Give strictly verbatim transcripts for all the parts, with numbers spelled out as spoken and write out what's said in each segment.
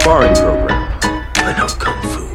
sparring program. I know kung fu.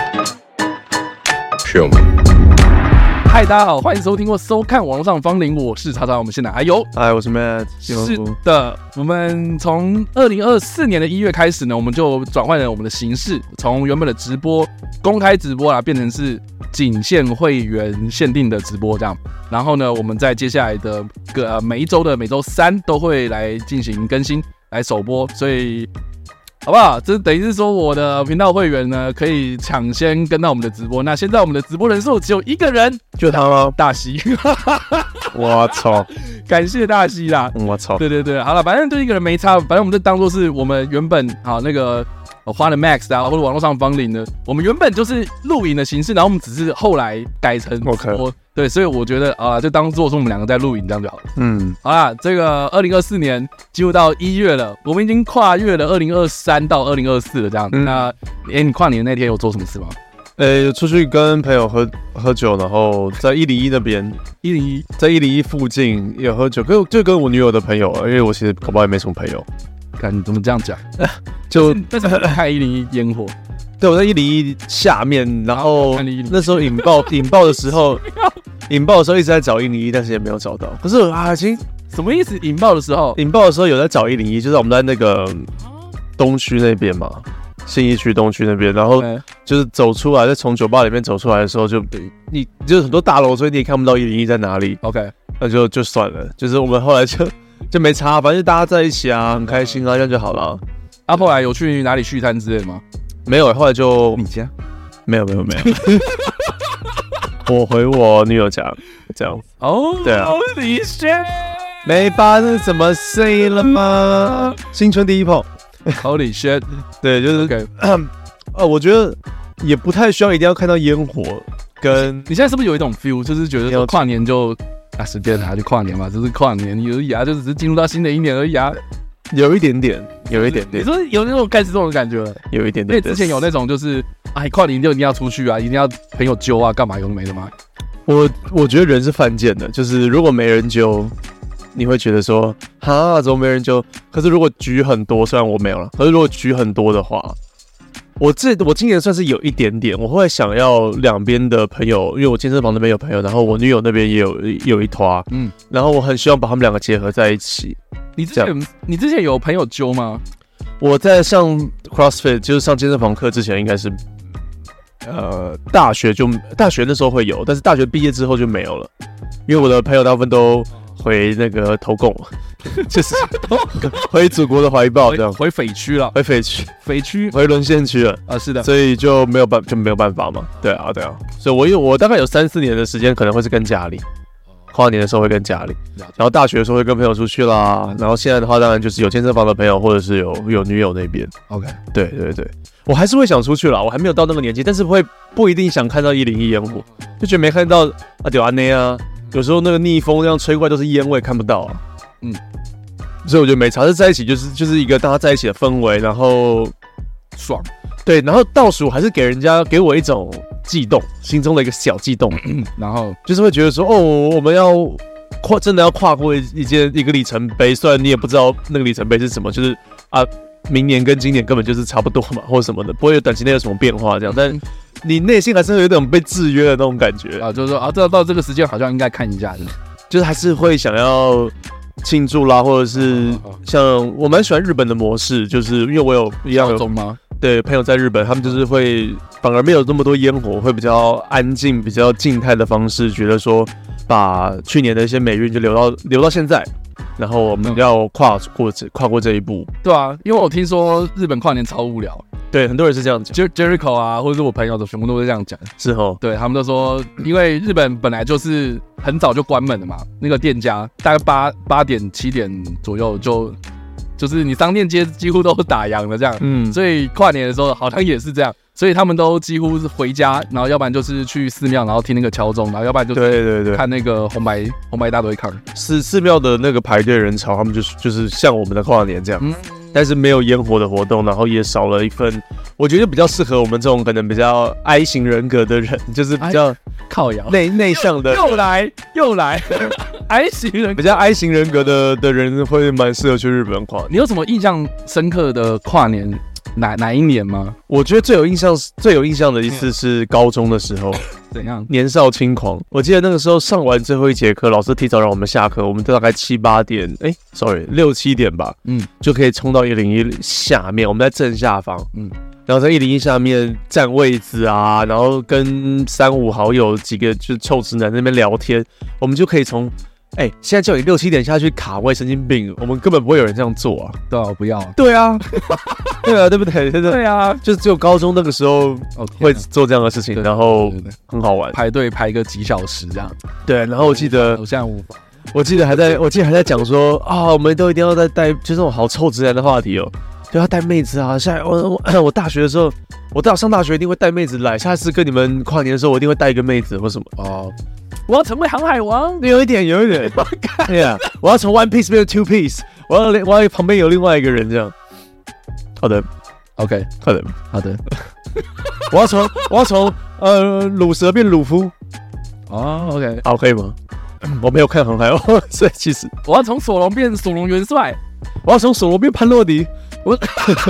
Show me. 嗨，大家好，欢迎收听或收看网络上芳龄，我是查查，我们现在还有， 嗨，我是 Matt。 是的，我们从二零二四年的一月开始呢，我们就转换了我们的形式，从原本的直播公开直播啦，变成是仅限会员限定的直播这样。然后呢，我们在接下来的个、呃、每一周的每周三都会来进行更新，来首播，所以。好不好？这等于是说，我的频道会员呢可以抢先跟到我们的直播。那现在我们的直播人数只有一个人， 就他吗？ 大西。 我操！ 感谢大西啦！ 我操！ 对对对，好了，反正对一个人没差，反正我们就当做是我们原本好那个花的 Max 啊，或者网络上芳龄的，我们原本就是录影的形式，然后我们只是后来改成直播。Okay. 对，所以我觉得啊，就当做是我们两个在录影这样就好了。嗯，好啦，这个二零二四年进入到一月了，我们已经跨越了二零二三到二零二四了这样。嗯、那哎、欸，你跨年那天有做什么事吗？ 呃、欸，出去跟朋友喝喝酒，然后在一零一那边， 一零一在一零一附近有喝酒，跟就跟我女友的朋友，因为我其实搞不好也没什么朋友。 看你怎么这样讲？ 就但是看一零一烟火。 对，我在一零一下面，然后那时候引爆引爆的时候，引爆的时候一直在找一零一，但是也没有找到。可是啊，其实什么意思？引爆的时候， 引爆的时候有在找一零一，就是我们在那个东区那边嘛，信义区东区那边，然后就是走出来，在从酒吧里面走出来的时候就，就你就是很多大楼，所以你也看不到一零一在哪里。 OK， 那就就算了，就是我们后来就就没差，反正大家在一起啊，很开心啊，这样就好了。 啊，后来有去哪里续摊之类的吗？ 没有，后来就你家？ 没有，没有，没有。我回我女友家，这样。 哦， 对啊。 Holy shit！ 没发生什么事了吗？新春第一炮。 Holy shit！ 对，就是。 Okay. 呃，我觉得也不太需要一定要看到烟火。跟你现在是不是有一种 feel， 就是觉得说跨年就啊，随便啊，就跨年嘛，就是跨年而已啊，就只是进入到新的一年而已啊。 有一点点，有一点点。 你说有那种开始这种感觉了？ 有一点点。 因为之前有那种就是，哎，跨年就一定要出去啊，一定要朋友揪啊，干嘛有的没的吗？ 我我觉得人是犯贱的，就是如果没人揪，你会觉得说，哈，怎么没人揪？可是如果局很多，虽然我没有了，可是如果局很多的话，我这我今年算是有一点点，我会想要两边的朋友，因为我健身房那边有朋友，然后我女友那边也有有一团，嗯，然后我很希望把他们两个结合在一起。 你之前你之前有朋友揪吗？ 我在上 CrossFit， 就是上健身房课之前，应该是呃大学就大学那时候会有，但是大学毕业之后就没有了，因为我的朋友大部分都回那个投共了，就是回祖国的怀抱这样， 回匪区了， 回匪区， 匪区回沦陷区了啊，是的， 所以就没有办就没有办法嘛，对啊对啊，所以我有我大概有三四年的时间可能会是跟家里。跨年的时候会跟家里，然后大学的时候会跟朋友出去啦，然后现在的话当然就是有健身房的朋友，或者是有有女友那边。 OK， 对对对，我还是会想出去啦，我还没有到那个年纪，但是会不一定想看到一零一烟火，就觉得没看到啊丢安内啊，有时候那个逆风那样吹过来都是烟味，看不到啊。嗯，所以我觉得没差，是在一起就是就是一个大家在一起的氛围，然后爽。 对，然后倒数还是给人家给我一种悸动，心中的一个小悸动， 然后就是会觉得说，哦，我们要跨，真的要跨过一件一个里程碑，虽然你也不知道那个里程碑是什么，就是啊，明年跟今年根本就是差不多嘛，或者什么的，不会有短期内有什么变化这样，但你内心还是会有一种被制约的那种感觉啊，就是说啊，到到这个时间好像应该看一下的， 就是还是会想要庆祝啦，或者是像我蛮喜欢日本的模式，就是因为我有一样有吗？ 对，朋友在日本，他们就是会反而没有那么多烟火，会比较安静、比较静态的方式，觉得说把去年的一些美运就留到留到现在，然后我们要跨过这跨过这一步。 对啊，因为我听说日本跨年超无聊， 对，很多人是这样讲 ，Jericho 啊，或者是我朋友的全部都是这样讲， 是哦， 对他们都说，因为日本本来就是很早就关门了嘛，那个店家大概八八点七点左右就。就是你商店街几乎都打烊了这样，嗯，所以跨年的时候好像也是这样，所以他们都几乎是回家，然后要不然就是去寺庙，然后听那个敲钟，然后要不然就是对对对看那个红白红白大对抗。 寺寺庙的那个排队人潮，他们就是就是像我们的跨年这样，嗯，但是没有烟火的活动，然后也少了一份，我觉得比较适合我们这种可能比较 I 型人格的人，就是比较靠摇内内向的， 又来又来 I 型人比较 I 型人格的的人会蛮适合去日本跨。 你有什么印象深刻的跨年哪哪一年吗？ 我觉得最有印象、最有印象的一次是高中的时候， 怎样？ 年少轻狂。我记得那个时候上完最后一节课，老师提早让我们下课，我们大概七八点，哎、欸、，sorry， 六七点吧，嗯，就可以冲到一零一下面，我们在正下方，嗯，然后在一零一下面占位置啊，然后跟三五好友几个就是臭直男在那边聊天，我们就可以从。哎、欸，现在叫你六七点下去卡位，神经病！我们根本不会有人这样做啊！ 对啊，我不要、啊。 对啊，对啊，对不对？ 对啊， 就只有高中那个时候会做这样的事情， okay, 然后很好玩， 排队排个几小时这样。 对，然后我记得， 我现在无法。 我记得还在，我记得还在讲说啊，我们都一定要再带，就这种好臭直男的话题哦，就要带妹子啊。下我我我大学的时候，我到上大学一定会带妹子来，下次跟你们跨年的时候，我一定会带一个妹子或什么哦。 我要成为航海王， 有一点，有一点，对呀，我要从 one piece 变成 two piece， 我要我要旁边有另外一个人这样。好的 ，OK， 好的， 好的， 我要从我要从呃鲁蛇变鲁夫。 哦 ，OK， 好，可以吗？我没有看航海王，所以其实我要从索隆变索隆元帅， 我要从索隆变潘洛迪。我。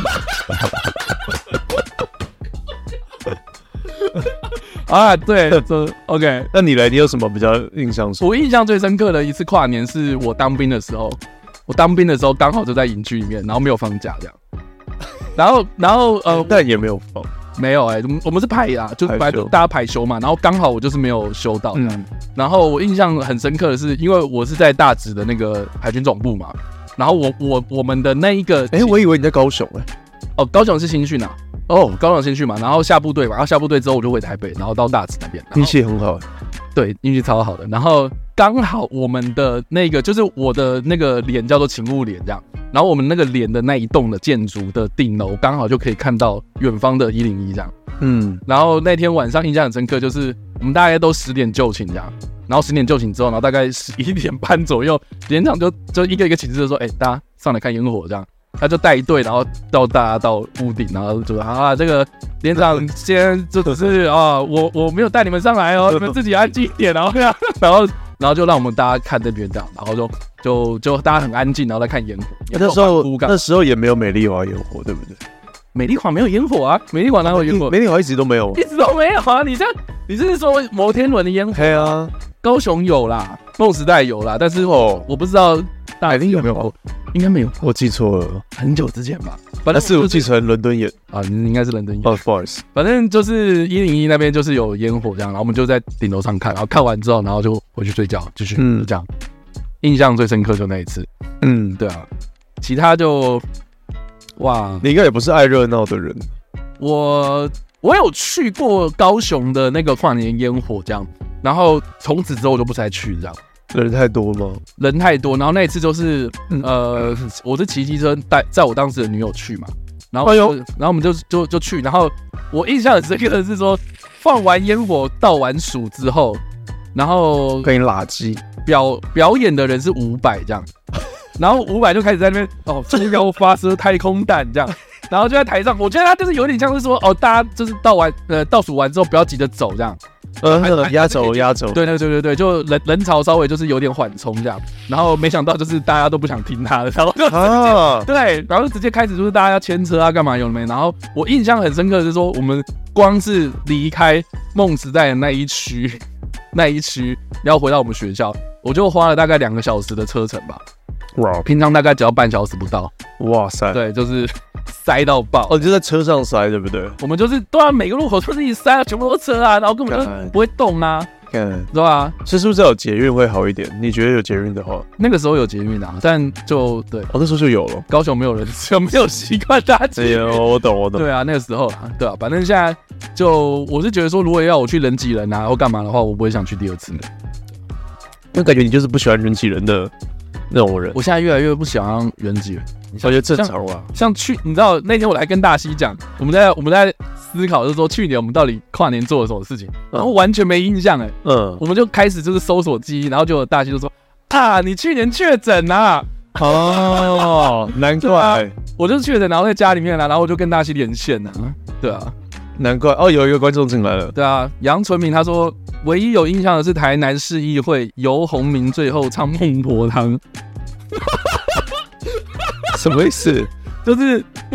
啊，对，这 OK。 那你嘞？你有什么比较印象深刻？ 我印象最深刻的一次跨年是我当兵的时候，我当兵的时候刚好就在营区里面，然后没有放假这样。然后，然后呃， 但也没有放， 没有哎、欸，我们是排啊，就排大家排休嘛，然后刚好我就是没有休到。嗯。然后我印象很深刻的是，因为我是在大直的那个海军总部嘛，然后我我我们的那一个， 哎、欸，我以为你在高雄哎、 欸，哦，高雄是新训啊。哦，高雄新训嘛，然后下部队嘛，然后下部队之后我就回台北，然后到大直那边， 运气很好， 对，运气超好的。然后刚好我们的那个就是我的那个连叫做勤务连这样，然后我们那个连的那一栋的建筑的顶楼刚好就可以看到远方的一零一这样，嗯，然后那天晚上印象很深刻，就是我们大概都十点就寝这样，然后十点就寝之后，然后大概十一点半左右，连长就就一个一个寝室就说，哎、欸，大家上来看烟火这样。他就带一队，然后到大家到屋顶，然后就说啊，这个连长先就只是啊，我我没有带你们上来哦，你们自己安静一点，然后这样，然后然后就让我们大家看这边这样，然后就就就大家很安静，然后在看烟火。 那时候那时候也没有美丽华烟火，对不对？ 美丽华没有烟火啊，美丽华哪有烟火？ 美丽华一直都没有， 一直都没有啊！你这样，你是说摩天轮的烟火？ 对啊， 高雄有啦，梦时代有啦，但是哦，我不知道大林有没有。应该没有， 我记错了， 很久之前吧。 反正是我记成伦敦眼啊，你应该是伦敦眼。 哦，不好意思， 反正就是一零一那边就是有烟火这样，然后我们就在顶楼上看，然后看完之后，然后就回去睡觉，继续嗯这样。印象最深刻就那一次，嗯，对啊，其他就哇， 你应该也不是爱热闹的人。 我我有去过高雄的那个跨年烟火这样，然后从此之后我就不再去这样。 人太多吗？ 人太多，然后那一次就是，呃，我是骑机车带载我当时的女友去嘛，然后，哎、然后我们就就就去，然后我印象很深刻的是说，放完烟火倒完数之后，然后跟你拉鸡表表演的人是五百这样，然后五百就开始在那边哦，这要发射太空弹这样，然后就在台上，我觉得他就是有点像是说哦，大家就是倒完呃倒数完之后不要急着走这样。 呃，压轴压轴， 对对对对对，就人人潮稍微就是有点缓冲这样，然后没想到就是大家都不想听他的，然后就直接、啊、对，然后直接开始就是大家要牵车啊干嘛有没？然后我印象很深刻的是说，我们光是离开梦时代的那一区，那一区要回到我们学校，我就花了大概两个小时的车程吧。哇，平常大概只要半小时不到。 哇塞， 对，就是塞到爆。 哦，你就在车上塞，对不对？ 我们就是对啊，每个路口就是一塞，全部都车啊，然后根本就不会动啊， 看， 对吧？ 是不是有捷运会好一点？你觉得有捷运的话， 那个时候有捷运啊，但就对， 哦，那时候就有了。 高雄没有人，就没有习惯搭捷运。 我懂，我懂。 对啊，那个时候啊，对啊，反正现在就我是觉得说，如果要我去人挤人啊或干嘛的话，我不会想去第二次的。 因为感觉你就是不喜欢人挤人的那种人。 我现在越来越不喜欢人挤人， 我觉得正常啊。 像去，你知道那天我来跟大西讲，我们在我们在思考，就是说去年我们到底跨年做了什么事情，然后完全没印象哎、欸。嗯，我们就开始就是搜索记忆，然后就大西就说啊，你去年确诊啊。 哦，难怪、啊， 我就是确诊，然后在家里面啊，然后我就跟大西连线啊，对啊， 难怪哦，有一个观众进来了， 对啊，杨纯明他说，唯一有印象的是台南市议会游鸿明最后唱孟婆汤， 什么意思？ 就是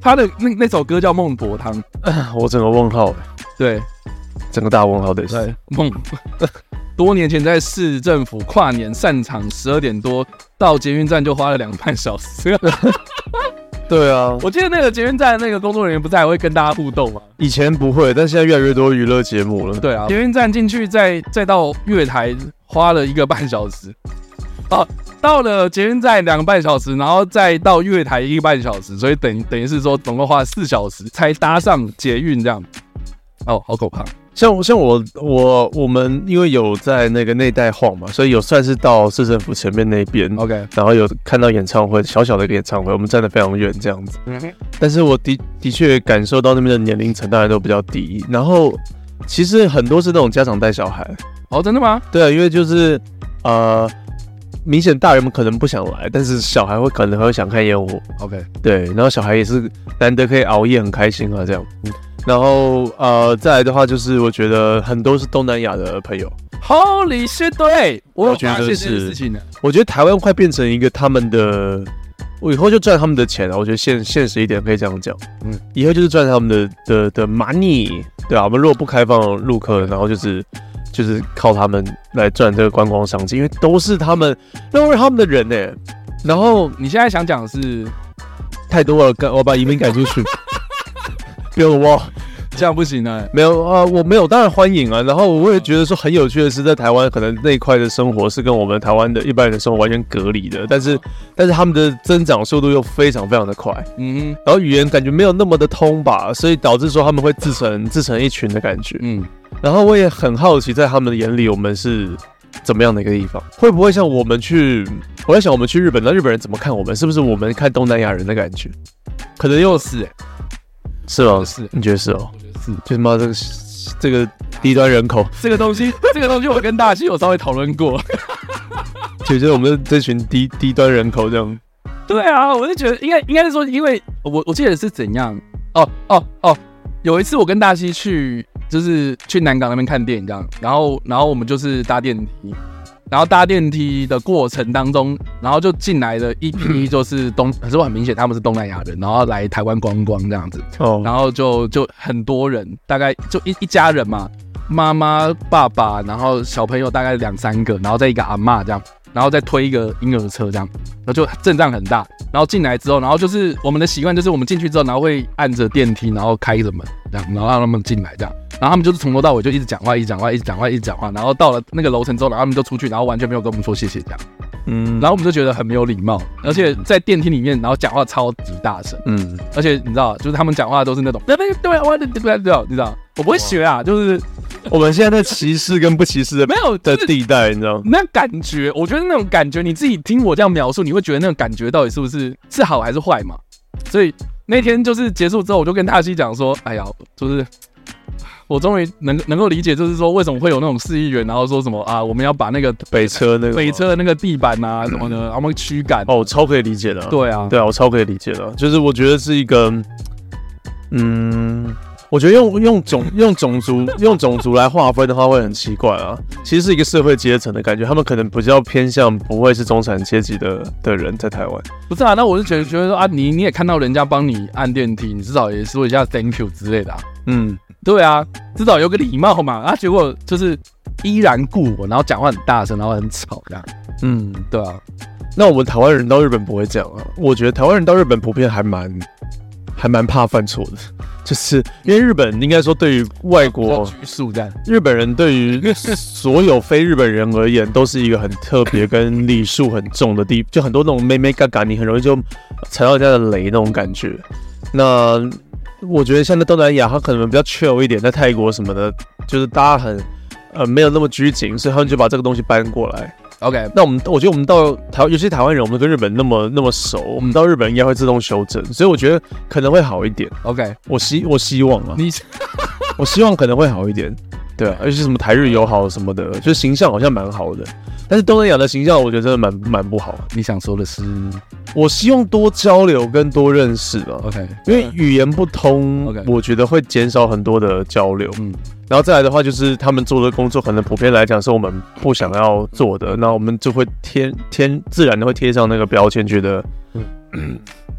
他的那那首歌叫《孟婆汤》， 我整个问号， 对， 整个大问号的是对孟。多年前在市政府跨年散场，十二点多到捷运站就花了两个半小时。 对啊， 我记得那个捷运站那个工作人员不是还会跟大家互动吗？ 以前不会，但现在越来越多娱乐节目了。 对啊，捷运站进去再再到月台花了一个半小时。哦，到了捷运站两个半小时，然后再到月台一个半小时，所以等等于是说总共花了四小时才搭上捷运这样。哦，好可怕。 像像我我我们因为有在那个那一带晃嘛，所以有算是到市政府前面那边 ，OK， 然后有看到演唱会，小小的一个演唱会，我们站得非常远这样子。嗯、但是我的的确感受到那边的年龄层当然都比较低，然后其实很多是那种家长带小孩。 哦，真的吗？ 对啊，因为就是呃，明显大人们可能不想来，但是小孩会可能会想看烟火。 OK， 对，然后小孩也是难得可以熬夜，很开心啊这样。嗯然后呃，再来的话就是我觉得很多是东南亚的朋友。 Holy shit！ 对，我有发现这件是事情的。 我觉得台湾快变成一个他们的，我以后就赚他们的钱了。我觉得现现实一点可以这样讲，嗯，以后就是赚他们的的的 money， 对啊。我们如果不开放陆客，然后就是就是靠他们来赚这个观光商机，因为都是他们都是他们的人呢、欸。然后你现在想讲的是太多了，我把移民赶出去。不要我， 这样不行啊！ 没有啊、呃，我没有，当然欢迎啊。然后我也觉得说很有趣的是，在台湾可能那一块的生活是跟我们台湾的一般人的生活完全隔离的，但是但是他们的增长速度又非常非常的快，嗯哼，然后语言感觉没有那么的通吧，所以导致说他们会自成自成一群的感觉，嗯。然后我也很好奇，在他们的眼里，我们是怎么样的一个地方？会不会像我们去？我在想，我们去日本，那日本人怎么看我们？是不是我们看东南亚人的感觉？可能又是、欸。是哦， 是， 你觉得是哦？ 我觉得是， 就是妈这个这个低端人口， 这个东西，这个东西我跟大西有稍微讨论过， 就是我们这群低低端人口这样。 对啊，我就觉得应该应该是说，因为我我记得是怎样哦哦哦，有一次我跟大西去，就是去南港那边看电影这样，然后然后我们就是搭电梯。然后搭电梯的过程当中，然后就进来了一批，就是东，可是很明显他们是东南亚人，然后来台湾观光这样子。哦，然后就就很多人，大概就一一家人嘛，妈妈、爸爸，然后小朋友大概两三个，然后再一个阿嬷这样，然后再推一个婴儿车这样，然后就阵仗很大。然后进来之后，然后就是我们的习惯就是我们进去之后，然后会按着电梯，然后开着门这样，然后让他们进来这样。然后他们就是从头到尾就一直讲话，一直讲话，一直讲话，一直讲话。然后到了那个楼层之后，然后他们就出去，然后完全没有跟我们说谢谢这样。嗯，然后我们就觉得很没有礼貌，而且在电梯里面，然后讲话超级大声。嗯，而且你知道，就是他们讲话都是那种对对对，我对对对，你知道，我不会学啊，就是我们现在在歧视跟不歧视的没有的地带，你知道吗？ 那感觉，我觉得那种感觉，你自己听我这样描述，你会觉得那种感觉到底是不是是好还是坏嘛？所以那天就是结束之后，我就跟大西讲说，哎呀，就是。我终于能能够理解，就是说为什么会有那种市议员，然后说什么啊，我们要把那个北车那个北车的那个地板啊什么的，然后驱赶。 哦，我超可以理解的。 对啊， 对啊，我超可以理解的。就是我觉得是一个，嗯，我觉得用用种用种族用种族来划分的话会很奇怪啊。其实是一个社会阶层的感觉，他们可能比较偏向不会是中产阶级的的人在台湾。 不是啊，那我就觉得觉得说啊，你你也看到人家帮你按电梯，你至少也说一下 thank you 之类的啊。嗯。对啊，至少有个礼貌嘛。啊，结果就是依然顾我，然后讲话很大声，然后很吵这样。嗯，对啊。 那我们台湾人到日本不会这样啊？我觉得台湾人到日本普遍还蛮还蛮怕犯错的，就是因为日本应该说对于外国拘束这样， 日本人对于所有非日本人而言都是一个很特别跟礼数很重的地，就很多那种妹妹嘎嘎，你很容易就踩到人家的雷那种感觉。那我觉得像在东南亚，他可能比较 chill 一点，在泰国什么的，就是大家很呃没有那么拘谨，所以他们就把这个东西搬过来。 OK， 那我们我觉得我们到台，尤其台湾人，我们跟日本那么那么熟，我们到日本应该会自动修正，所以我觉得可能会好一点。 OK， 我希我希望啊， 你我希望可能会好一点，对啊，而且什么台日友好什么的，就是形象好像蛮好的。但是东南亚的形象，我觉得真的蛮蛮不好。 你想说的是， 我希望多交流跟多认识啊。 OK， 因为语言不通， okay. 我觉得会减少很多的交流。嗯，然后再来的话，就是他们做的工作，可能普遍来讲是我们不想要做的，那我们就会天天自然的会贴上那个标签，觉得嗯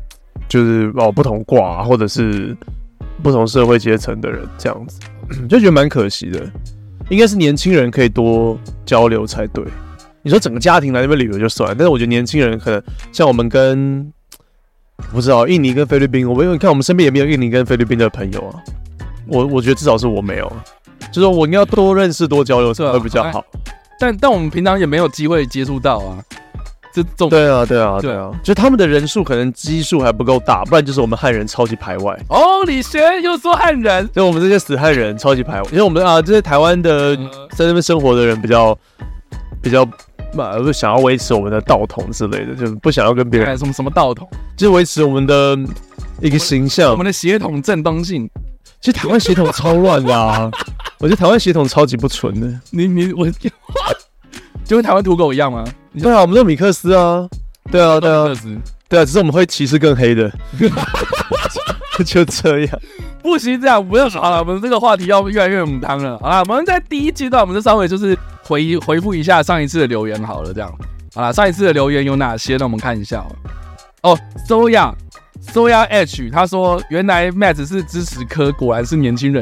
就是哦不同挂、啊、或者是不同社会阶层的人这样子，就觉得蛮可惜的。应该是年轻人可以多交流才对。你说整个家庭来那边旅游就算了，但是我觉得年轻人可能像我们跟不知道印尼跟菲律宾，我们你看我们身边也没有印尼跟菲律宾的朋友啊。我我觉得至少是我没有，就是说我应该要多认识多交流才会比较好。 但但我们平常也没有机会接触到啊。这种对啊对啊对啊，就他们的人数可能基数还不够大，不然就是我们汉人超级排外。 哦，李轩又说汉人， 就我们这些死汉人超级排外，因为我们啊这些台湾的在那边生活的人比较比较。不想要维持我们的道统之类的，就是不想要跟别人什么什么道统， 就是维持我们的一个形象， 我们的血统正当性。 其实台湾血统超乱的啊，我觉得台湾血统超级不纯的。 你你我，就跟台湾土狗一样吗？ 对啊，我们是米克斯啊，对啊对啊对啊，只是我们会歧视更黑的，就这样。 不行，这样不要好了，我们这个话题要越来越母汤了。好了，我们在第一阶段，我们就稍微就是回回复一下上一次的留言好了，这样。好了，上一次的留言有哪些呢？我们看一下哦。哦 ，Soya Soya H 他说，原来 Matt 是支持科，果然是年轻人。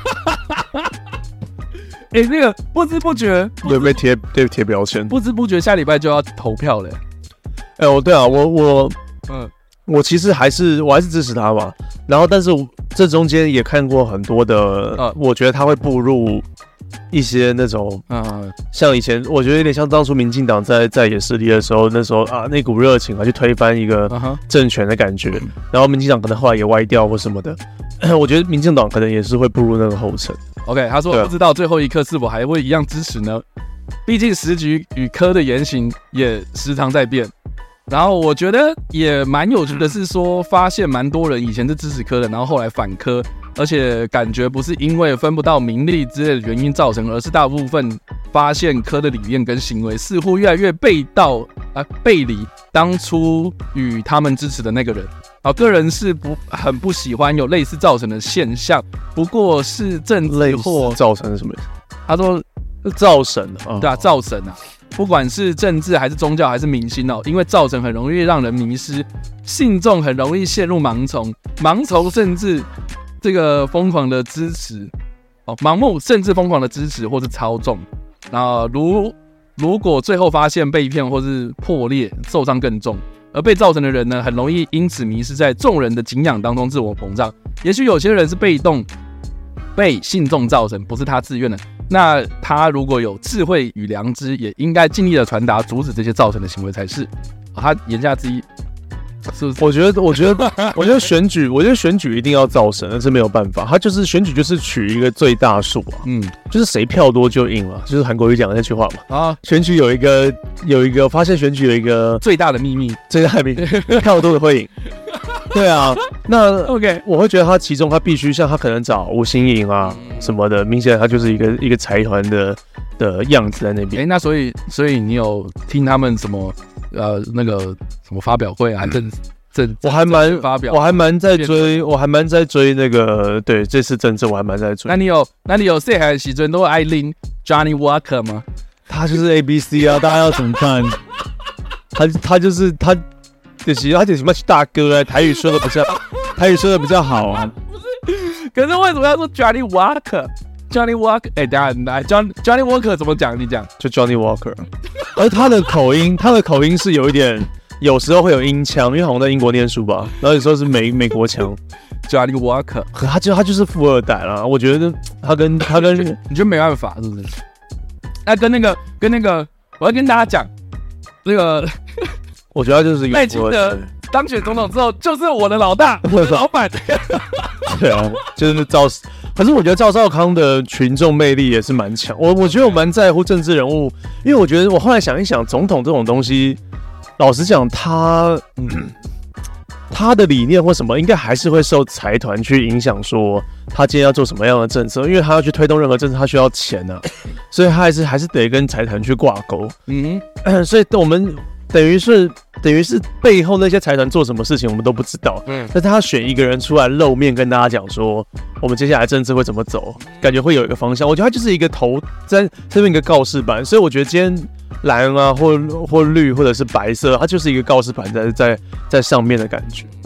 哎、欸，那个不知不觉对被贴对贴标签， 不知不觉下礼拜就要投票了。 哎、欸，我对啊，我我嗯。 我其实还是我还是支持他嘛，然后但是这中间也看过很多的，呃，我觉得他会步入一些那种，嗯，像以前我觉得有点像当初民进党在在野势力的时候，那时候啊那股热情啊去推翻一个政权的感觉，嗯、然后民进党可能后来也歪掉或什么的，我觉得民进党可能也是会步入那个后尘。 OK， 他说不知道最后一刻是否还会一样支持呢？毕竟时局与柯的言行也时常在变。然后我觉得也蛮有趣的是说，发现蛮多人以前是支持柯的，然后后来反柯，而且感觉不是因为分不到名利之类的原因造成，而是大部分发现柯的理念跟行为似乎越来越背道啊背离当初与他们支持的那个人。好，个人是不很不喜欢有类似造成的现象，不过是政治或造成什么？ 他说造神啊， 对啊，造神啊。不管是政治还是宗教还是明星哦，因为造成很容易让人迷失，信众很容易陷入盲从，盲从甚至这个疯狂的支持哦，盲目甚至疯狂的支持或是操纵。然后如如果最后发现被骗或是破裂，受伤更重，而被造成的人呢，很容易因此迷失在众人的敬仰当中，自我膨胀。也许有些人是被动被信众造成，不是他自愿的。那他如果有智慧与良知，也应该尽力的传达，阻止这些造成的行为才是。哦、他言下之意，是不是？ 我觉得，我觉得，我觉得选举，我觉得选举一定要造神，那是没有办法。他就是选举，就是取一个最大数啊，嗯，就是谁票多就赢了，就是韩国瑜讲的那句话嘛。啊，选举有一个有一个发现，选举有一个最大的秘密， 最大的秘密，票多的会赢。对啊，那 OK， 我会觉得他其中他必须像他可能找吴欣颖啊什么的，明显他就是一个一个财团的的样子在那边。 哎、欸，那所以所以你有听他们什么呃那个什么发表会啊？政政我还蛮发表， 我还蛮在追，我还蛮在追那个对这次政治我还蛮在追。 那你有那你有谁还时阵都爱拎 Johnny Walker 吗？ 他就是 A B C 啊，大家要怎么看？他他就是他。就是他就是什么大哥啊，台语说的比较，台语说的比较好啊。 不是，可是为什么要说 Johnny Walker？Johnny Walker， 哎、欸，等一下来 ，John Johnny Walker 怎么讲？你讲， 就 Johnny Walker。而他的口音，他的口音是有一点，有时候会有音腔，因为好像在英国念书吧，然后有时候是美美国腔。 Johnny Walker， 可他就他就是富二代啦。我觉得他跟他跟你觉得没办法是不是？那跟那个跟那个，我要跟大家讲那个。 我觉得他就是一个赖清德当选总统之后，就是我的老大，我的老板。 对啊，就是赵。可是我觉得赵少康的群众魅力也是蛮强。我我觉得我蛮在乎政治人物，因为我觉得我后来想一想，总统这种东西，老实讲，他嗯，他的理念或什么，应该还是会受财团去影响，说他今天要做什么样的政策，因为他要去推动任何政策，他需要钱啊，所以他还是还是得跟财团去挂钩。嗯，所以我们。等于是，等于是背后那些财团做什么事情，我们都不知道。嗯，但他选一个人出来露面，跟大家讲说，我们接下来政治会怎么走，感觉会有一个方向。我觉得他就是一个头在这边一个告示板，所以我觉得今天蓝啊，或或绿或者是白色，它就是一个告示板在在在上面的感觉。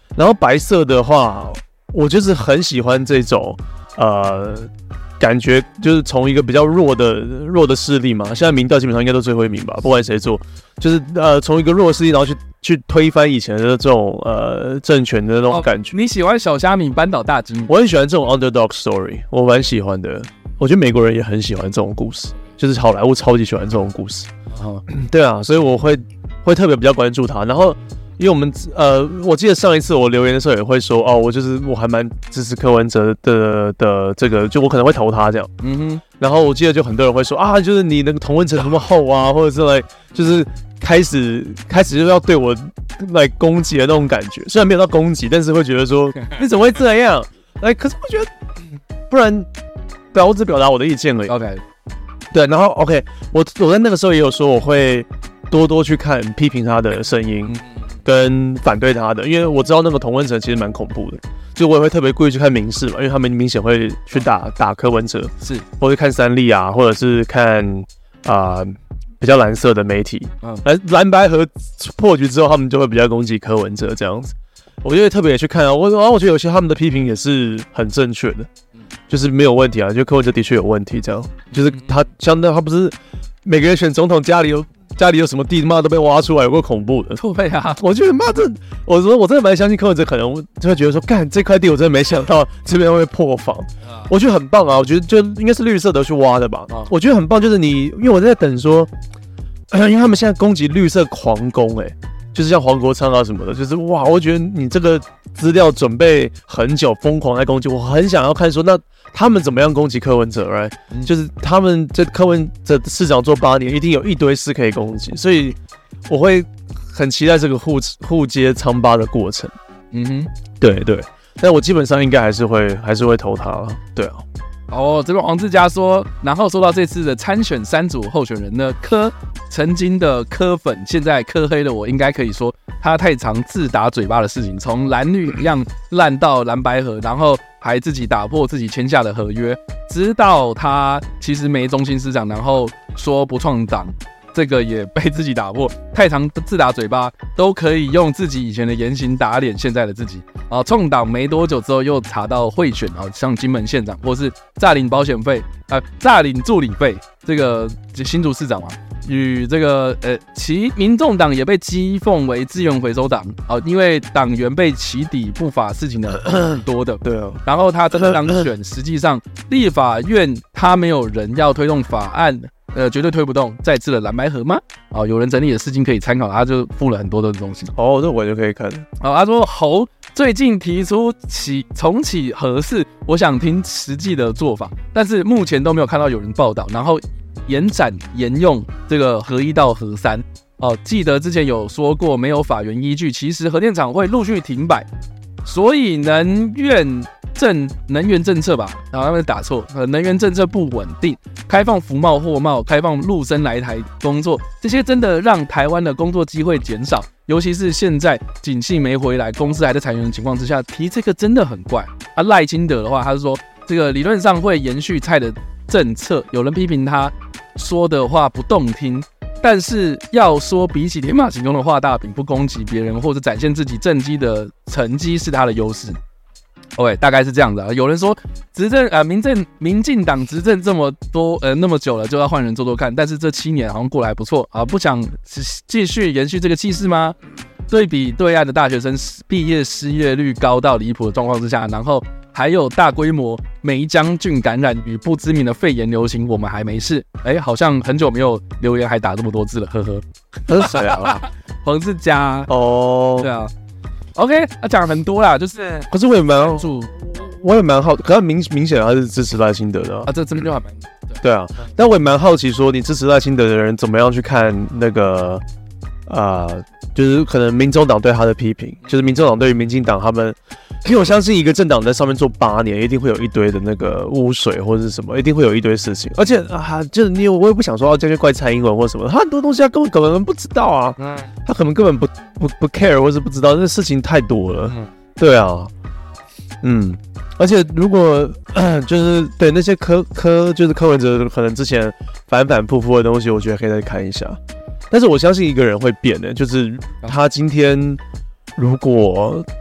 然后白色的话，我就是很喜欢这种呃。感觉就是从一个比较弱的弱的势力嘛，现在民调基本上应该都最后一名吧，不管谁做，就是呃从一个弱的势力，然后去去推翻以前的这种呃政权的那种感觉。 哦、你喜欢小虾米扳倒大金？ 我很喜欢这种 underdog story， 我蛮喜欢的。我觉得美国人也很喜欢这种故事，就是好莱坞超级喜欢这种故事。哦、对啊，所以我会会特别比较关注他，然后。因为我们呃，我记得上一次我留言的时候也会说，哦，我就是我还蛮支持柯文哲的的这个，就我可能会投他这样。嗯哼。然后我记得就很多人会说啊，就是你那个同温层那么厚啊，或者是来就是开始开始就要对我来攻击的那种感觉。虽然没有到攻击，但是会觉得说你怎么会这样？哎，可是我觉得不然，对啊，我只表达我的意见而已。 OK。 对，然后 OK， 我我在那个时候也有说我会多多去看批评他的声音。嗯跟反对他的，因为我知道那个同温层其实蛮恐怖的，就我也会特别故意去看民视嘛，因为他们明显会去打打柯文哲， 是， 或者看三立啊，或者是看啊、呃、比较蓝色的媒体，嗯，蓝蓝白河破局之后，他们就会比较攻击柯文哲这样子，我就会特别去看啊，我然后我觉得有些他们的批评也是很正确的，就是没有问题啊，就柯文哲的确有问题，这样，就是他像那他不是每个人选总统家里有。家里有什么地妈都被挖出来，有够恐怖的。 对啊， 我觉得妈这，我说我真的蛮相信柯文哲，可能就会觉得说，干这块地我真的没想到这边会破防，啊、我觉得很棒啊！我觉得就应该是绿色的去挖的吧，啊、我觉得很棒，就是你，因为我在等说，因为他们现在攻击绿色狂攻、欸，哎，就是像黄国昌啊什么的，就是哇，我觉得你这个资料准备很久，疯狂在攻击，我很想要看说那。他们怎么样攻击柯文哲 ，right？、嗯、就是他们这柯文哲市长做八年，一定有一堆事可以攻击，所以我会很期待这个互互揭疮疤的过程。嗯哼，对对，但我基本上应该还是会还是会投他了，对啊。 哦，这个黄志佳说，然后说到这次的参选三组候选人呢，柯曾经的柯粉，现在柯黑的我，应该可以说他太常自打嘴巴的事情，从蓝绿一样烂到蓝白合，然后还自己打破自己签下的合约，直到他其实没中心思想，然后说不创党。这个也被自己打破，太常自打嘴巴，都可以用自己以前的言行打脸现在的自己。啊，创党没多久之后又查到贿选啊，像金门县长或是诈领保险费啊，诈领助理费，这个新竹市长嘛，与这个呃，其民众党也被讥讽为资源回收党啊，因为党员被起底不法事情的很多的， 对啊。 然后他真的当选，实际上立法院他没有人要推动法案。呃，绝对推不动，再次的蓝白合吗？哦，有人整理的事情可以参考，他就附了很多的东西。 哦，这我就可以看。 哦，他说侯最近提出起重启核四，我想听实际的做法，但是目前都没有看到有人报道。然后延展沿用这个核一到核三。哦，记得之前有说过没有法源依据，其实核电厂会陆续停摆，所以能源。政能源政策吧，然后他们打错，呃，能源政策不稳定，开放服贸货贸，开放陆生来台工作，这些真的让台湾的工作机会减少，尤其是现在景气没回来，公司还在裁员的情况之下，提这个真的很怪。啊，赖清德的话，他是说这个理论上会延续蔡的政策，有人批评他说的话不动听。但是要说比起天马行空的画大饼，不攻击别人或者展现自己政绩的成绩是他的优势。OK， 大概是这样子啊。有人说执政呃，民政民进党执政这么多呃那么久了，就要换人做做看。但是这七年好像过来不错啊，不想继续延续这个气势吗？对比对岸的大学生毕业失业率高到离谱的状况之下，然后还有大规模梅将军感染与不知名的肺炎流行，我们还没事。哎、欸，好像很久没有留言还打这么多字了，呵呵。 这是谁啊？ 黄志佳哦，对啊。OK， 他讲很多啦，就是， 可是我也蛮，我也蛮好，可是明明显他是支持赖清德的 啊, 啊，这这边就还蛮， 对, 对啊，但我也蛮好奇说，你支持赖清德的人怎么样去看那个，呃，就是可能民众党对他的批评，就是民众党对于民进党他们，因为我相信一个政党在上面做八年，一定会有一堆的那个污水或者是什么，一定会有一堆事情，而且啊，就是你我也不想说要这些怪蔡英文或什么，他很多东西他根本可能不知道啊，嗯，他可能根本不不不 care 或是不知道，那事情太多了，嗯，对啊，嗯。而且如果就是对那些柯柯就是柯文哲可能之前反反复复的东西，我觉得可以再看一下。但是我相信一个人会变的，就是他今天如果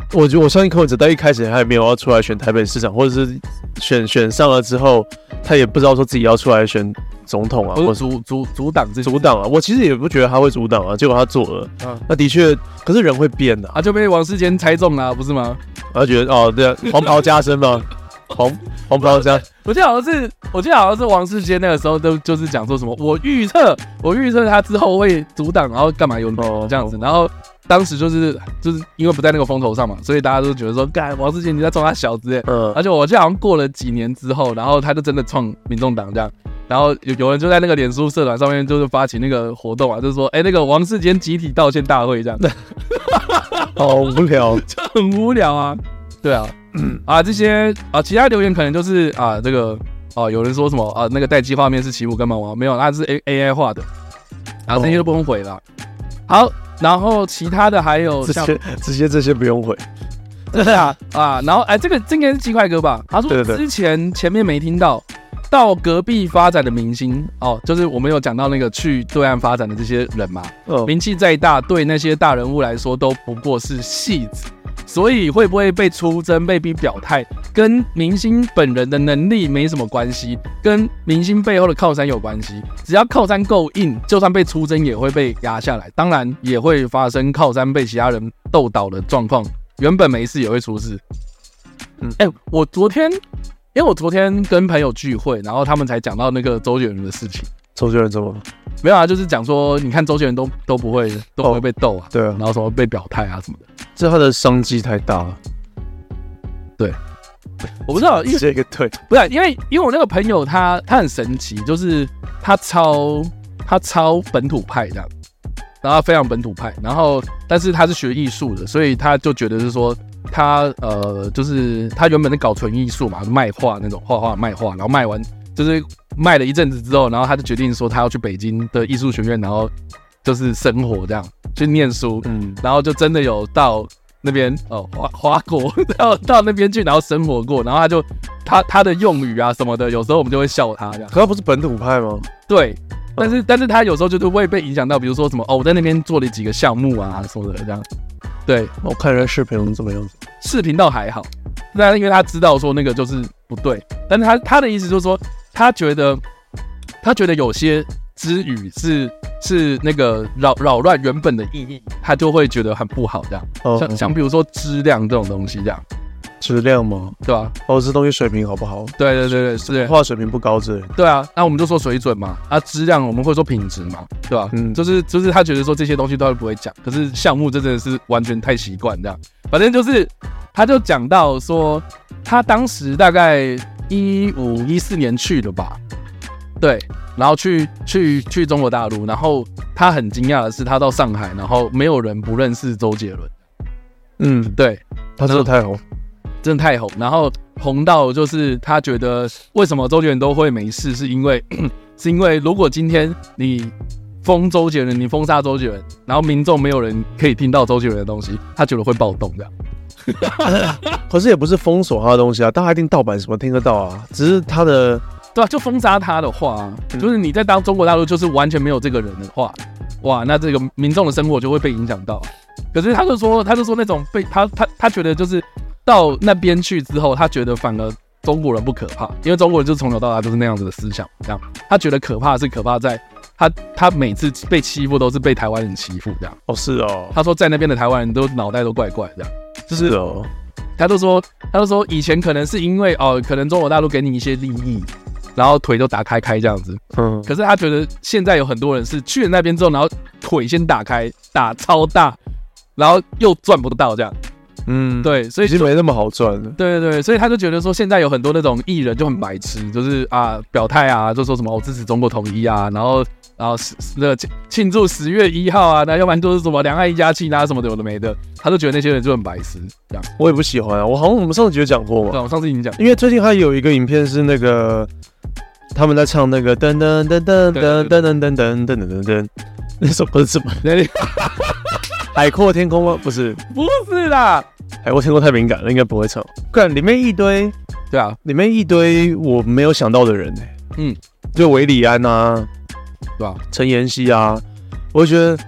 我觉得我相信柯文哲在一开始他也没有要出来选台北市长，或者是选选上了之后，他也不知道说自己要出来选总统啊，或者阻阻阻挡这阻挡啊。我其实也不觉得他会阻挡啊，结果他做了， 嗯、 那的确，可是人会变的、啊， 啊，就被王世坚猜中了、啊，不是吗？ 他觉得哦，对、啊，黄袍加身嘛，黄黄袍加， 我记得好像是，我记得好像是王世坚那个时候都就是讲说什么，我预测，我预测他之后会阻挡，然后干嘛有这样子，然后。当时就是就是因为不在那个风头上嘛，所以大家都觉得说，干王世坚你在冲他小子哎，嗯，而且我记得好像过了几年之后，然后他就真的创民众党这样，然后有有人就在那个脸书社团上面就是发起那个活动啊，就是说，哎、欸，那个王世坚集体道歉大会这样， 好无聊， 就很无聊啊，对啊，嗯啊这些啊其他留言可能就是啊这个哦、啊、有人说什么啊那个待机画面是起舞跟漫王没有，那是 A A I 画的，然后这些都不用回了，好。然后其他的还有像这些这些这些不用回， 对啊啊，然后哎，这个这应该是鸡块哥吧？他说之前前面没听到，到隔壁发展的明星哦，就是我们有讲到那个去对岸发展的这些人嘛，哦、名气再大，对那些大人物来说都不过是戏子。所以会不会被出征、被逼表态，跟明星本人的能力没什么关系，跟明星背后的靠山有关系。只要靠山够硬，就算被出征也会被压下来。当然也会发生靠山被其他人斗倒的状况，原本没事也会出事。嗯，哎、欸，我昨天，因为我昨天跟朋友聚会，然后他们才讲到那个周杰伦的事情。 周杰伦怎么了？ 没有啊，就是讲说，你看周杰伦都都不会都不会被斗啊， 哦、对啊， 然后什么被表态啊什么的， 这他的商机太大了。 对，我不知道，因为这个对， 不是因为因为我那个朋友他他很神奇，就是他超他超本土派这样，然后他非常本土派，然后但是他是学艺术的，所以他就觉得是说他呃就是他原本在搞纯艺术嘛，卖画那种画画卖画，然后卖完就是卖了一阵子之后，然后他就决定说他要去北京的艺术学院，然后就是生活这样去念书，嗯，然后就真的有到那边哦花花国到到那边去，然后生活过，然后他就他他的用语啊什么的，有时候我们就会笑他这样。 可他不是本土派吗？ 对，但是、哦、但是他有时候就是会被影响到，比如说什么哦，我在那边做了几个项目啊什么的这样。对， 我看人视频怎么样子？ 视频倒还好，但因为他知道说那个就是不对，但是他他的意思就是说，他觉得他觉得有些之语是是那个扰扰乱原本的意义，他就会觉得很不好这样。哦、像像比如说质量这种东西这样， 质量吗？ 对吧、啊？ 哦，这东西水平好不好？ 对对对对，是画水平不高之类的。 对啊，那我们就说水准嘛，啊，质量我们会说品质嘛，对吧？嗯，就是就是他觉得说这些东西都不会讲，可是项目这真的是完全太习惯这样。反正就是他就讲到说，他当时大概一五一四年去的吧，对，然后去去去中国大陆，然后他很惊讶的是，他到上海，然后没有人不认识周杰伦。嗯，对， 他真的太红。 真的太红，然后红到就是他觉得为什么周杰伦都会没事，是因为是因为如果今天你封周杰伦，你封杀周杰伦，然后民众没有人可以听到周杰伦的东西，他觉得会暴动这样。 可是也不是封锁他的东西啊，大家一定盗版什么听得到啊，只是他的对啊，就封杀他的话、啊，就是你在当中国大陆就是完全没有这个人的话，哇，那这个民众的生活就会被影响到、啊。可是他就说，他就说那种被他他他觉得就是。到那边去之后，他觉得反而中国人不可怕，因为中国人就是从小到大就是那样子的思想，这样他觉得可怕是可怕在他他每次被欺负都是被台湾人欺负这样。 哦，是哦。 他说在那边的台湾人都脑袋都怪怪这样，就是哦。 他就说他就说以前可能是因为哦，可能中国大陆给你一些利益，然后腿都打开开这样子。嗯。可是他觉得现在有很多人是去了那边之后，然后腿先打开，打超大，然后又赚不到这样。嗯，对，所以其实没那么好赚的。 对对对，所以他就觉得说，现在有很多那种艺人就很白痴，就是啊表态啊，就说什么我支持中国统一啊，然后然后那个庆祝十月一号啊，那要不然就是什么两岸一家亲啊什么的有的没的，他就觉得那些人就很白痴这样。 我也不喜欢啊，我好像我们上次有讲过嘛。 对，我上次已经讲过， 因为最近还有一个影片是那个他们在唱那个噔噔噔噔噔噔噔噔噔噔噔噔，那首歌是什么？海阔天空吗？不是， 不是啦。 海阔天空太敏感了，应该不会唱。看里面一堆， 对啊， 里面一堆我没有想到的人呢、欸。嗯，就韦礼安啊， 对吧、啊？ 陈妍希啊，我就觉得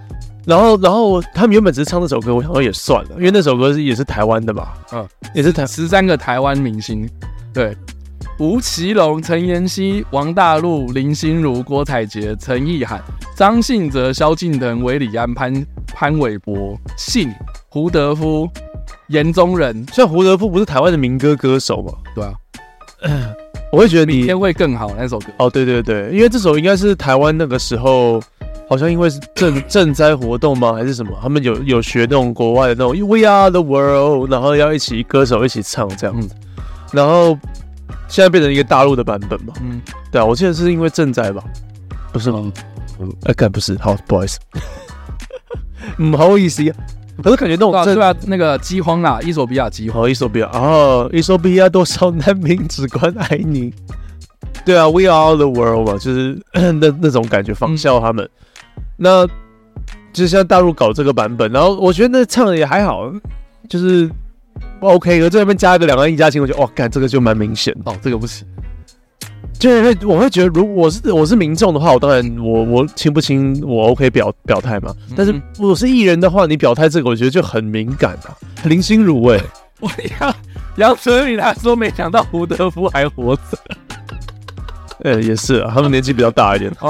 然后然后他们原本只是唱这首歌，我想说也算了，因为那首歌是也是台湾的嘛， 嗯， 也是台十三个台湾明星，对，吴奇隆、陈妍希、王大陆、林心如、郭采洁、陈意涵、张信哲、萧敬腾、韦礼安、潘潘玮柏、信、胡德夫、严宗仁。 像胡德夫不是台湾的民歌歌手吗？ 对啊， 我会觉得你明天会更好那首歌。 哦，对对对，因为这首应该是台湾那个时候。好像因为是赈赈灾活动吗？还是什么？他们有有学那种国外的那种 We Are the World， 然后要一起歌手一起唱这样子，嗯、然后现在变成一个大陆的版本嘛。嗯，对啊，我记得是因为赈灾吧？不是吗？嗯，哎、欸，不是，好，不好意思，嗯，好意思呀。可是感觉那种对啊，对啊，那个饥荒啦，伊索比亚饥荒， 哦，伊索比亚哦，伊索比亚多少难民只关爱你。对啊 ，We Are the World 嘛，就是那那种感觉，仿效他们。嗯那就是像大陆搞这个版本，然后我觉得那唱的也还好，就是 OK。可这边加一个两岸一家亲，我觉得哇，干这个就蛮明显哦，这个不行。 就是会我会觉得，如果我是我是民众的话，我当然我我亲不亲我 OK 表表态嘛。但是我是艺人的话，你表态这个，我觉得就很敏感啊。林心如哎、欸， 我要杨丞琳他说没想到胡德夫还活着。 哎、欸，也是啊，他们年纪比较大一点。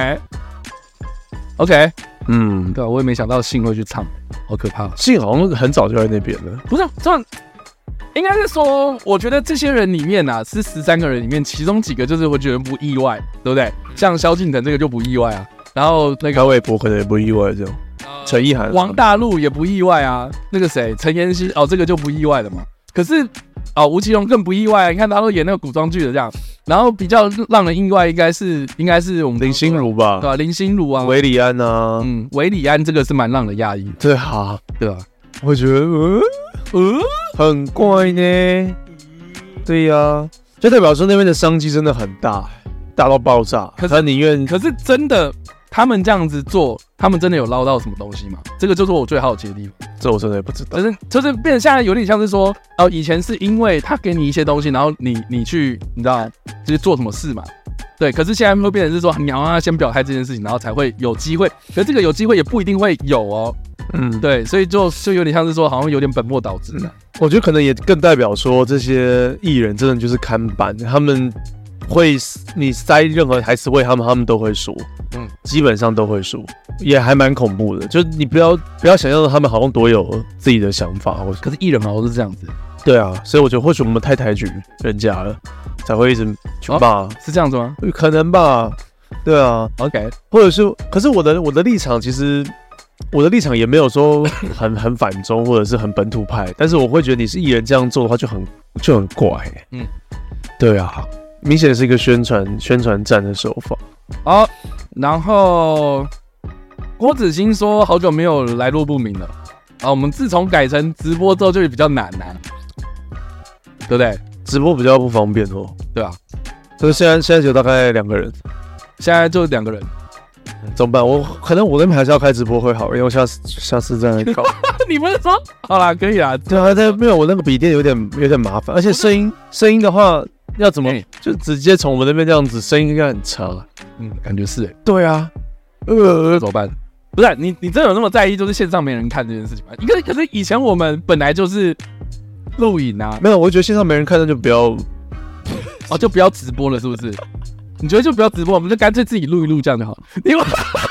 OK。OK， 嗯， 对啊，我也没想到信会去唱，好可怕。 信好像很早就在那边了， 不是这样，应该是说，我觉得这些人里面啊，是十三个人里面，其中几个就是我觉得不意外，对不对？像萧敬腾这个就不意外啊，然后那个潘玮柏可能也不意外这种，陈意涵、 王大陆也不意外啊，那个谁陈妍希哦，这个就不意外了嘛。可是哦，吴奇隆更不意外啊，你看他都演那个古装剧的这样。然后比较让人意外，应该是应该是我们林心如吧， 对吧、啊？林心如啊， 韦礼安啊， 嗯，韦礼安这个是蛮让人讶异， 对啊， 对吧、啊？ 我觉得，嗯嗯，很怪呢。对呀、啊，就代表说那边的商机真的很大，大到爆炸。可是他宁愿， 可是真的，他们这样子做，他们真的有捞到什么东西吗？这个就是我最好奇的地方。 这我真的也不知道。 就是就是变成现在有点像是说，哦，以前是因为他给你一些东西，然后你你去，你知道，就是做什么事嘛。对，可是现在会变成是说，你要让他先表态这件事情，然后才会有机会。可是这个有机会也不一定会有哦。嗯，对，所以就就有点像是说，好像有点本末倒置的。 我觉得可能也更代表说，这些艺人真的就是看板，他们会你塞任何台词为他们，他们都会说，嗯，基本上都会说，也还蛮恐怖的。就是你不要不要想象他们好像多有自己的想法， 可是艺人好像是这样子。 对啊，所以我觉得或许我们太抬举人家了，才会一直去骂、哦， 是这样子吗？ 可能吧。对啊 ，OK， 或者是，可是我的我的立场其实。我的立场也没有说很很反中或者是很本土派，但是我会觉得你是艺人这样做的话就很就很怪、欸，嗯，对啊，明显是一个宣传宣传战的手法。 好，然后郭子興說好久沒有來路不明了，啊，我們自從改成直播之後就比較難啊，對不對？ 直播比較不方便哦， 對啊， 所以現在現在只有大概兩個人， 現在就兩個人。 怎么办？我可能我那边还是要开直播会好，因为我下次下次再搞。 你不是说好啦，可以啦？ 对啊，但没有我那个笔电有点有点麻烦，而且声音声音的话要怎么、欸、就直接从我们那边这样子，声音应该很差。 嗯，感觉是哎、欸。 对啊，呃， 怎么办？不是你你真的有那么在意，就是线上没人看这件事情吗？可是可是以前我们本来就是录影啊， 没有，我觉得线上没人看，那就不要哦，就不要直播了，是不是？你觉得就不要直播，我们就干脆自己录一录这样就好。因为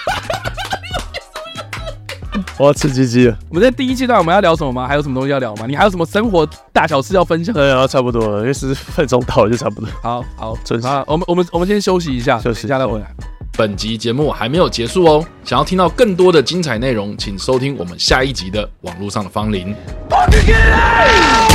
我要吃鸡鸡了。 我们在第一阶段我们要聊什么吗？还有什么东西要聊吗？你还有什么生活大小事要分享？ 对啊，差不多了，因为十分钟到了就差不多。 好好，好，我们我们我们先休息一下， 休息一下再回来。 本集节目还没有结束哦，想要听到更多的精彩内容，请收听我们下一集的网络上的芳邻。